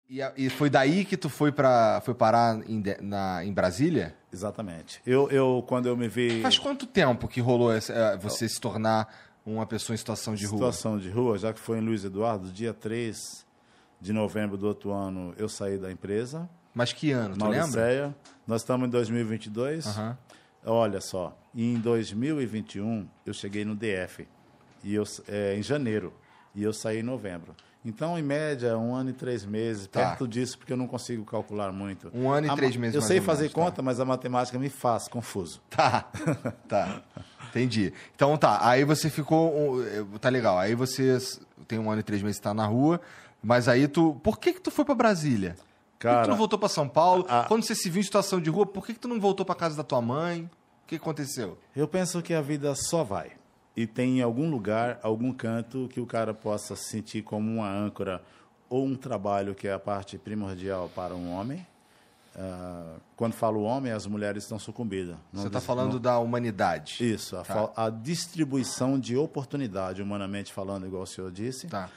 E foi daí que tu foi parar em Brasília? Exatamente. Quando eu me vi... Faz quanto tempo que rolou você se tornar uma pessoa em situação de rua? Situação de rua, já que foi em Luiz Eduardo, dia 3 de novembro do outro ano, eu saí da empresa. Mas que ano, tu Mauricéia. lembra? Nós estamos em 2022. Uhum. Olha só, em 2021 eu cheguei no DF, em janeiro, e eu saí em novembro. Então, em média, 1 ano e 3 meses, perto disso, porque eu não consigo calcular muito. 1 ano e 3 meses, eu mais sei ou fazer menos, conta, mas a matemática me faz confuso. Tá. Entendi. Então aí você ficou... Tá legal, aí você tem 1 ano e 3 meses que tá na rua, mas aí por que tu foi pra Brasília? Por que tu não voltou pra São Paulo? Quando você se viu em situação de rua, por que tu não voltou pra casa da tua mãe? O que aconteceu? Eu penso que a vida só vai. E tem algum lugar, algum canto que o cara possa se sentir como uma âncora ou um trabalho que é a parte primordial para um homem. Quando falo homem, as mulheres estão sucumbidas. Você está falando da humanidade. Isso, a distribuição de oportunidade, humanamente falando, igual o senhor disse. Tá.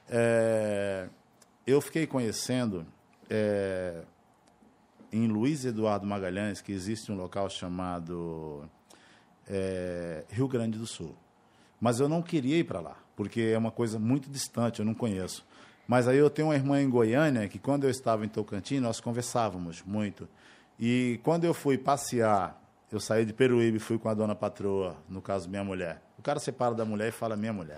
Eu fiquei conhecendo... em Luiz Eduardo Magalhães, que existe um local chamado Rio Grande do Sul. Mas eu não queria ir para lá, porque é uma coisa muito distante, eu não conheço. Mas aí eu tenho uma irmã em Goiânia, que quando eu estava em Tocantins, nós conversávamos muito. E quando eu fui passear, eu saí de Peruíbe e fui com a dona patroa, no caso, minha mulher. O cara separa da mulher e fala minha mulher.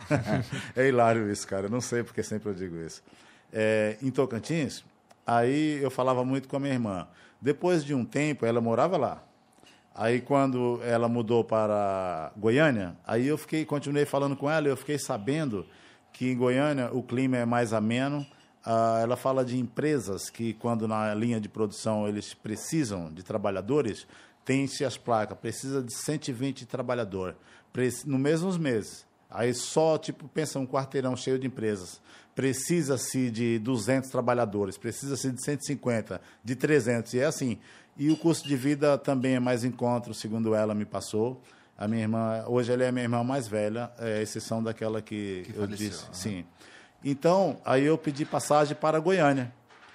É hilário isso, cara, eu não sei porque sempre eu digo isso. Em Tocantins... Aí eu falava muito com a minha irmã. Depois de um tempo, ela morava lá. Aí quando ela mudou para Goiânia, aí eu continuei falando com ela, e eu fiquei sabendo que em Goiânia o clima é mais ameno. Ela fala de empresas que, quando na linha de produção eles precisam de trabalhadores, tem-se as placas, precisa de 120 trabalhadores, no mesmos meses. Aí só, pensa um quarteirão cheio de empresas. Precisa-se de 200 trabalhadores, precisa-se de 150, de 300, e é assim. E o custo de vida também é mais em conta, segundo ela me passou. A minha irmã, hoje ela é a minha irmã mais velha, exceção daquela que eu faleceu, disse. Sim. Então, aí eu pedi passagem para Goiânia.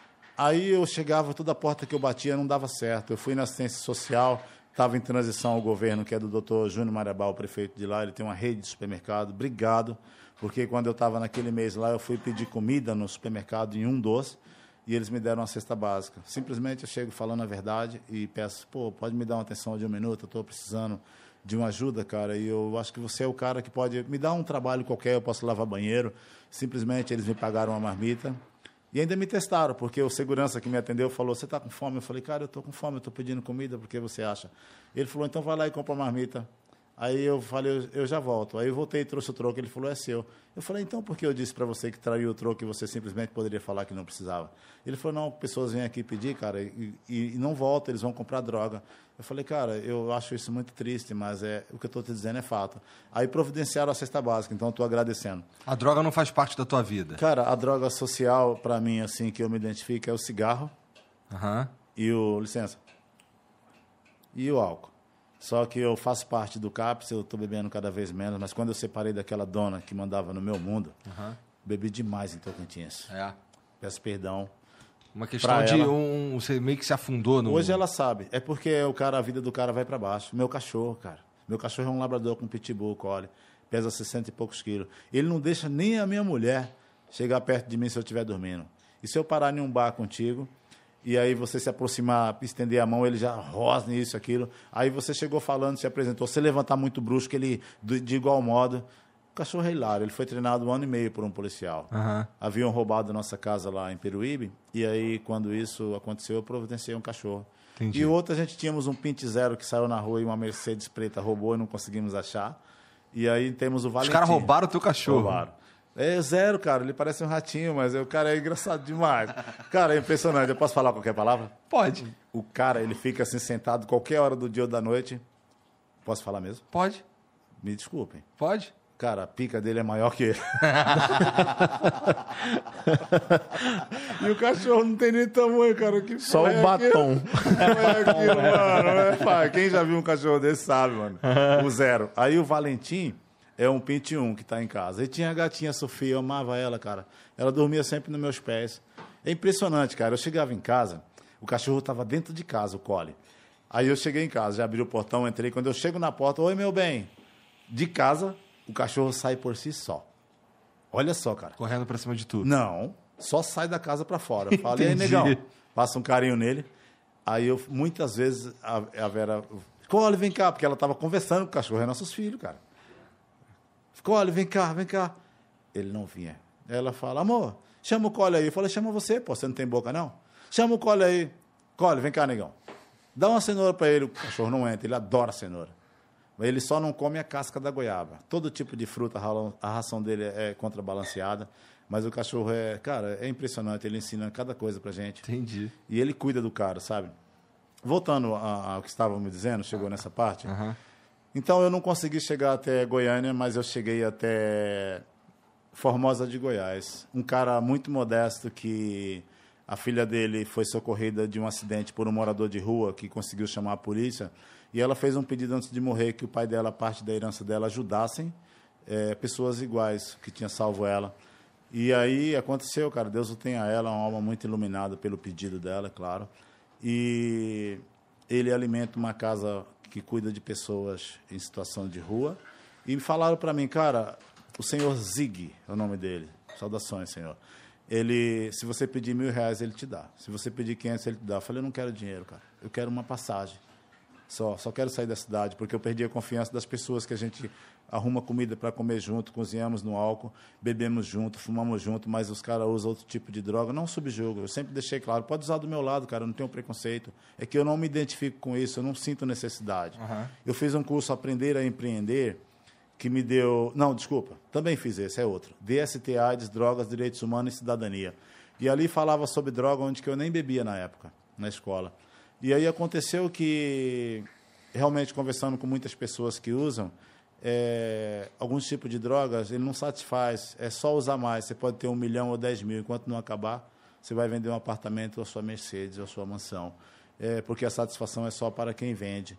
Aí eu chegava, toda a porta que eu batia não dava certo. Eu fui na assistência social, estava em transição ao governo, que é do Dr. Júnior Marabal, o prefeito de lá. Ele tem uma rede de supermercado. Obrigado, porque quando eu estava naquele mês lá, eu fui pedir comida no supermercado em um doce, e eles me deram uma cesta básica. Simplesmente eu chego falando a verdade e peço, pode me dar uma atenção de 1 minuto, eu estou precisando de uma ajuda, cara, e eu acho que você é o cara que pode me dar um trabalho qualquer, eu posso lavar banheiro. Simplesmente eles me pagaram uma marmita. E ainda me testaram, porque o segurança que me atendeu falou, você está com fome? Eu falei, cara, eu estou com fome, eu estou pedindo comida, por que você acha? Ele falou, então vai lá e compra a marmita. Aí eu falei, eu já volto. Aí eu voltei e trouxe o troco, ele falou, é seu. Eu falei, então por que eu disse para você que traiu o troco e você simplesmente poderia falar que não precisava? Ele falou, não, pessoas vêm aqui pedir, cara, e não voltam, eles vão comprar droga. Eu falei, cara, eu acho isso muito triste, mas o que eu estou te dizendo é fato. Aí providenciaram a cesta básica, então eu estou agradecendo. A droga não faz parte da tua vida? Cara, a droga social, para mim, assim, que eu me identifico, é o cigarro e e o álcool. Só que eu faço parte do CAPS, eu estou bebendo cada vez menos, mas quando eu separei daquela dona que mandava no meu mundo, bebi demais em Tocantins. Peço perdão. Uma questão de você meio que se afundou no... Hoje ela sabe. É porque a vida do cara vai para baixo. Meu cachorro, cara. Meu cachorro é um labrador com pitbull, collie. Pesa 60 e poucos quilos. Ele não deixa nem a minha mulher chegar perto de mim se eu estiver dormindo. E se eu parar em um bar contigo, e aí você se aproximar, estender a mão, ele já rosna isso, aquilo. Aí você chegou falando, se apresentou. Se levantar muito brusco, ele, de igual modo... O cachorro é hilário, ele foi treinado 1 ano e meio por um policial. Haviam roubado a nossa casa lá em Peruíbe, e aí, quando isso aconteceu, eu providenciei um cachorro. Entendi. E outra, a gente tínhamos um Pint Zero que saiu na rua e uma Mercedes preta roubou e não conseguimos achar. E aí temos o Valentim. Os caras roubaram o teu cachorro? Roubaram. É Zero, cara, ele parece um ratinho, mas o cara é engraçado demais. Cara, é impressionante. Eu posso falar qualquer palavra? Pode. O cara, ele fica assim sentado qualquer hora do dia ou da noite. Posso falar mesmo? Pode. Me desculpem. Pode. Cara, a pica dele é maior que ele. E o cachorro não tem nem tamanho, cara. Que só o batom. É aquilo, mano. Quem já viu um cachorro desse sabe, mano. O Zero. Aí o Valentim é um Pint 1 que tá em casa. E tinha a gatinha Sofia, eu amava ela, cara. Ela dormia sempre nos meus pés. É impressionante, cara. Eu chegava em casa, o cachorro estava dentro de casa, o Collie. Aí eu cheguei em casa, já abri o portão, entrei. Quando eu chego na porta, oi, meu bem. De casa, o cachorro sai por si só. Olha só, cara. Correndo pra cima de tudo. Não, só sai da casa pra fora. Eu falo, e aí, negão? Passa um carinho nele. Aí eu, muitas vezes, a Vera... Collie, vem cá, porque ela estava conversando com o cachorro, é nossos filhos, cara. Collie, vem cá, vem cá. Ele não vinha. Ela fala, amor, chama o Collie aí. Eu falei, chama você, pô, você não tem boca, não? Chama o Collie aí. Collie, vem cá, negão. Dá uma cenoura para ele. O cachorro não entra, ele adora cenoura. Ele só não come a casca da goiaba. Todo tipo de fruta, a ração dele é contrabalanceada. Mas o cachorro é impressionante. Ele ensina cada coisa pra gente. Entendi. E ele cuida do cara, sabe? Voltando ao que estavam me dizendo, chegou nessa parte. Uhum. Então, eu não consegui chegar até Goiânia, mas eu cheguei até Formosa de Goiás. Um cara muito modesto que a filha dele foi socorrida de um acidente por um morador de rua que conseguiu chamar a polícia. E ela fez um pedido antes de morrer que o pai dela, parte da herança dela, ajudassem pessoas iguais que tinha salvo ela. E aí aconteceu, cara, Deus o tenha ela, uma alma muito iluminada pelo pedido dela, é claro. E ele alimenta uma casa que cuida de pessoas em situação de rua. E me falaram para mim, cara, o senhor Zig é o nome dele. Saudações, senhor. Ele, se você pedir R$1.000, ele te dá. Se você pedir 500, ele te dá. Eu falei, eu não quero dinheiro, cara. Eu quero uma passagem. Só quero sair da cidade, porque eu perdi a confiança das pessoas que a gente arruma comida para comer junto, cozinhamos no álcool, bebemos junto, fumamos junto, mas os caras usam outro tipo de droga. Não subjugo, eu sempre deixei claro, pode usar do meu lado, cara, eu não tenho preconceito. É que eu não me identifico com isso, eu não sinto necessidade. Uhum. Eu fiz um curso Aprender a Empreender, que me deu... Não, desculpa, também fiz esse, é outro. DST, AIDS, Drogas, Direitos Humanos e Cidadania. E ali falava sobre droga, onde que eu nem bebia na época, na escola. E aí aconteceu que, realmente, conversando com muitas pessoas que usam, alguns tipos de drogas, ele não satisfaz, é só usar mais. Você pode ter 1 milhão ou 10 mil, enquanto não acabar, você vai vender um apartamento ou a sua Mercedes ou a sua mansão. Porque a satisfação é só para quem vende.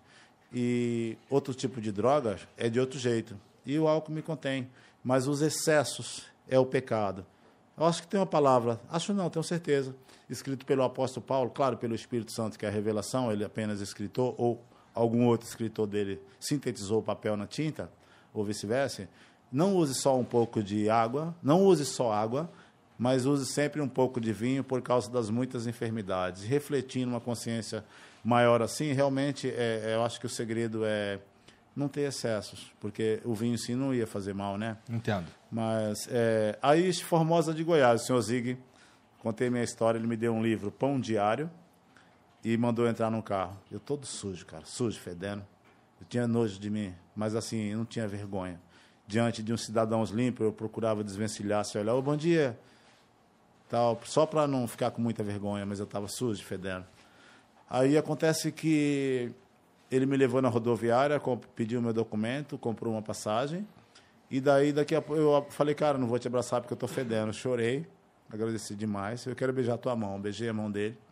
E outro tipo de drogas é de outro jeito. E o álcool me contém. Mas os excessos é o pecado. Eu acho que tem uma palavra, acho não, tenho certeza, escrito pelo apóstolo Paulo, claro, pelo Espírito Santo, que é a revelação, ele apenas escritor, ou algum outro escritor dele sintetizou o papel na tinta, ou vice-versa. Não use só um pouco de água, não use só água, mas use sempre um pouco de vinho por causa das muitas enfermidades. Refletindo uma consciência maior assim, realmente, eu acho que o segredo é não ter excessos, porque o vinho em si não ia fazer mal, né? Entendo. Mas, aí, Formosa de Goiás, o senhor Zig, contei minha história, ele me deu um livro, Pão Diário, e mandou entrar num carro. Eu todo sujo, cara, sujo, fedendo. Eu tinha nojo de mim, mas assim, eu não tinha vergonha. Diante de uns cidadãos limpos, eu procurava desvencilhar, se olhar, bom dia, tal, só para não ficar com muita vergonha, mas eu estava sujo, fedendo. Aí acontece que ele me levou na rodoviária, pediu meu documento, comprou uma passagem, e daí, daqui a pouco, eu falei, cara, não vou te abraçar porque eu estou fedendo. Chorei, agradeci demais, eu quero beijar a tua mão, beijei a mão dele.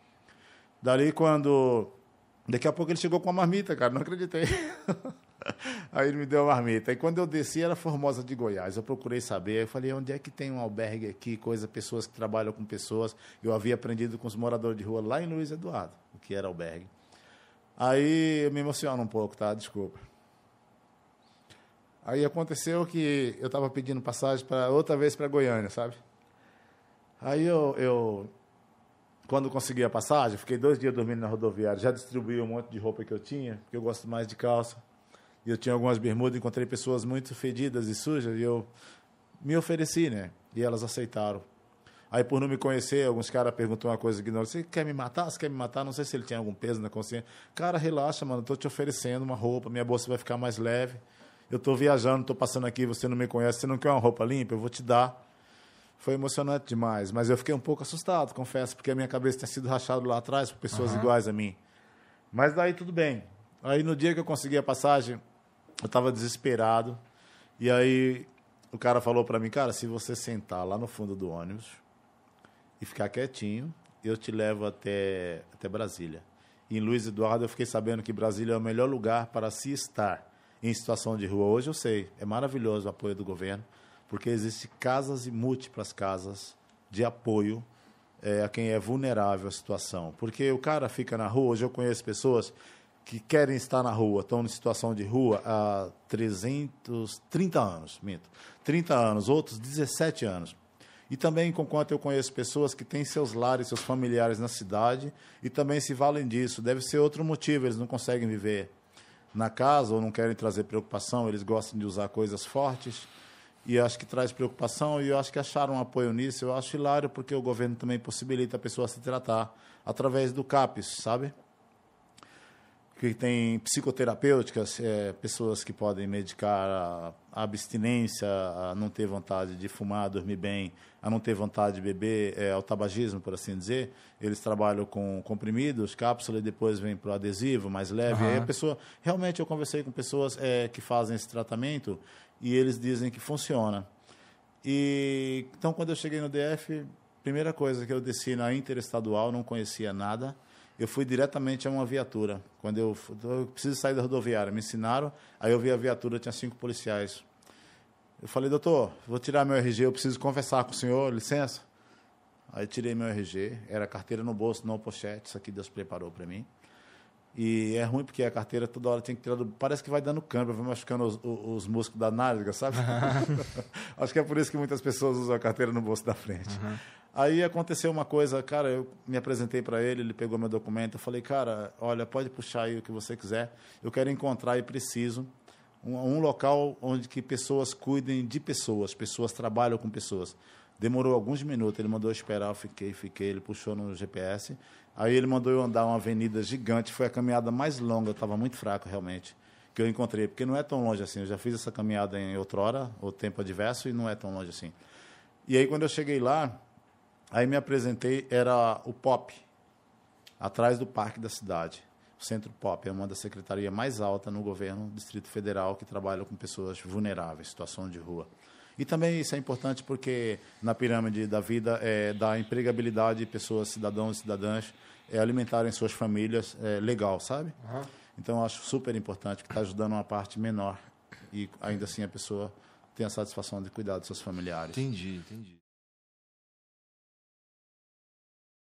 Daqui a pouco ele chegou com uma marmita, cara, não acreditei. Aí ele me deu uma marmita. Aí quando eu desci, era Formosa de Goiás. Eu procurei saber, eu falei, onde é que tem um albergue aqui, pessoas que trabalham com pessoas. Eu havia aprendido com os moradores de rua lá em Luiz Eduardo, o que era albergue. Aí eu me emociono um pouco, tá? Desculpa. Aí aconteceu que eu estava pedindo passagem outra vez para Goiânia, sabe? Aí quando consegui a passagem, fiquei 2 dias dormindo na rodoviária, já distribuí um monte de roupa que eu tinha, porque eu gosto mais de calça. E eu tinha algumas bermudas, encontrei pessoas muito fedidas e sujas, e eu me ofereci, né? E elas aceitaram. Aí, por não me conhecer, alguns caras perguntam uma coisa ignorante, você quer me matar? Você quer me matar? Não sei se ele tinha algum peso na consciência. Cara, relaxa, mano, eu tô te oferecendo uma roupa, minha bolsa vai ficar mais leve. Eu estou viajando, estou passando aqui, você não me conhece, você não quer uma roupa limpa? Eu vou te dar. Foi emocionante demais, mas eu fiquei um pouco assustado, confesso, porque a minha cabeça tinha sido rachada lá atrás por pessoas iguais a mim. Mas daí tudo bem. Aí no dia que eu consegui a passagem, eu estava desesperado, e aí o cara falou para mim, cara, se você sentar lá no fundo do ônibus e ficar quietinho, eu te levo até Brasília. E em Luiz Eduardo eu fiquei sabendo que Brasília é o melhor lugar para se estar em situação de rua. Hoje eu sei, é maravilhoso o apoio do governo, porque existem casas e múltiplas casas de apoio a quem é vulnerável à situação. Porque o cara fica na rua, hoje eu conheço pessoas que querem estar na rua, estão em situação de rua há 30 anos, minto. 30 anos, outros 17 anos. E também, conquanto eu conheço pessoas que têm seus lares, seus familiares na cidade e também se valem disso. Deve ser outro motivo, eles não conseguem viver na casa ou não querem trazer preocupação, eles gostam de usar coisas fortes e acho que traz preocupação e eu acho que acharam um apoio nisso. Eu acho hilário porque o governo também possibilita a pessoa se tratar através do CAPES, sabe? Que tem psicoterapêuticas, pessoas que podem medicar a abstinência, a não ter vontade de fumar, dormir bem, a não ter vontade de beber, ao tabagismo, por assim dizer. Eles trabalham com comprimidos, cápsula, e depois vem para o adesivo, mais leve. Aí a pessoa... Realmente, eu conversei com pessoas que fazem esse tratamento e eles dizem que funciona. Então, quando eu cheguei no DF, primeira coisa que eu desci na Interestadual, não conhecia nada. Eu fui diretamente a uma viatura. Quando eu preciso sair da rodoviária, me ensinaram, aí eu vi a viatura, tinha 5 policiais. Eu falei, doutor, vou tirar meu RG, eu preciso conversar com o senhor, licença. Aí tirei meu RG, era carteira no bolso, não pochete, isso aqui Deus preparou para mim. E é ruim porque a carteira toda hora tem que tirar, parece que vai dando câimbra, vai machucando os músculos da nádega, sabe? Acho que é por isso que muitas pessoas usam a carteira no bolso da frente. Aí aconteceu uma coisa, cara, eu me apresentei para ele, ele pegou meu documento, eu falei, cara, olha, pode puxar aí o que você quiser, eu quero encontrar e preciso um local onde que pessoas cuidem de pessoas, pessoas trabalham com pessoas. Demorou alguns minutos, ele mandou eu esperar, eu fiquei, ele puxou no GPS, aí ele mandou eu andar uma avenida gigante, foi a caminhada mais longa, eu estava muito fraco realmente, que eu encontrei, porque não é tão longe assim, eu já fiz essa caminhada em outrora, o tempo adverso, e não é tão longe assim. E aí quando eu cheguei lá, aí me apresentei, era o POP, atrás do Parque da Cidade. O Centro POP é uma das secretarias mais altas no governo do Distrito Federal que trabalha com pessoas vulneráveis, situação de rua. E também isso é importante porque na pirâmide da vida dá empregabilidade de pessoas, cidadãos e cidadãs, alimentarem suas famílias legal, sabe? Então, eu acho super importante que está ajudando uma parte menor e ainda assim a pessoa tem a satisfação de cuidar dos seus familiares. Entendi.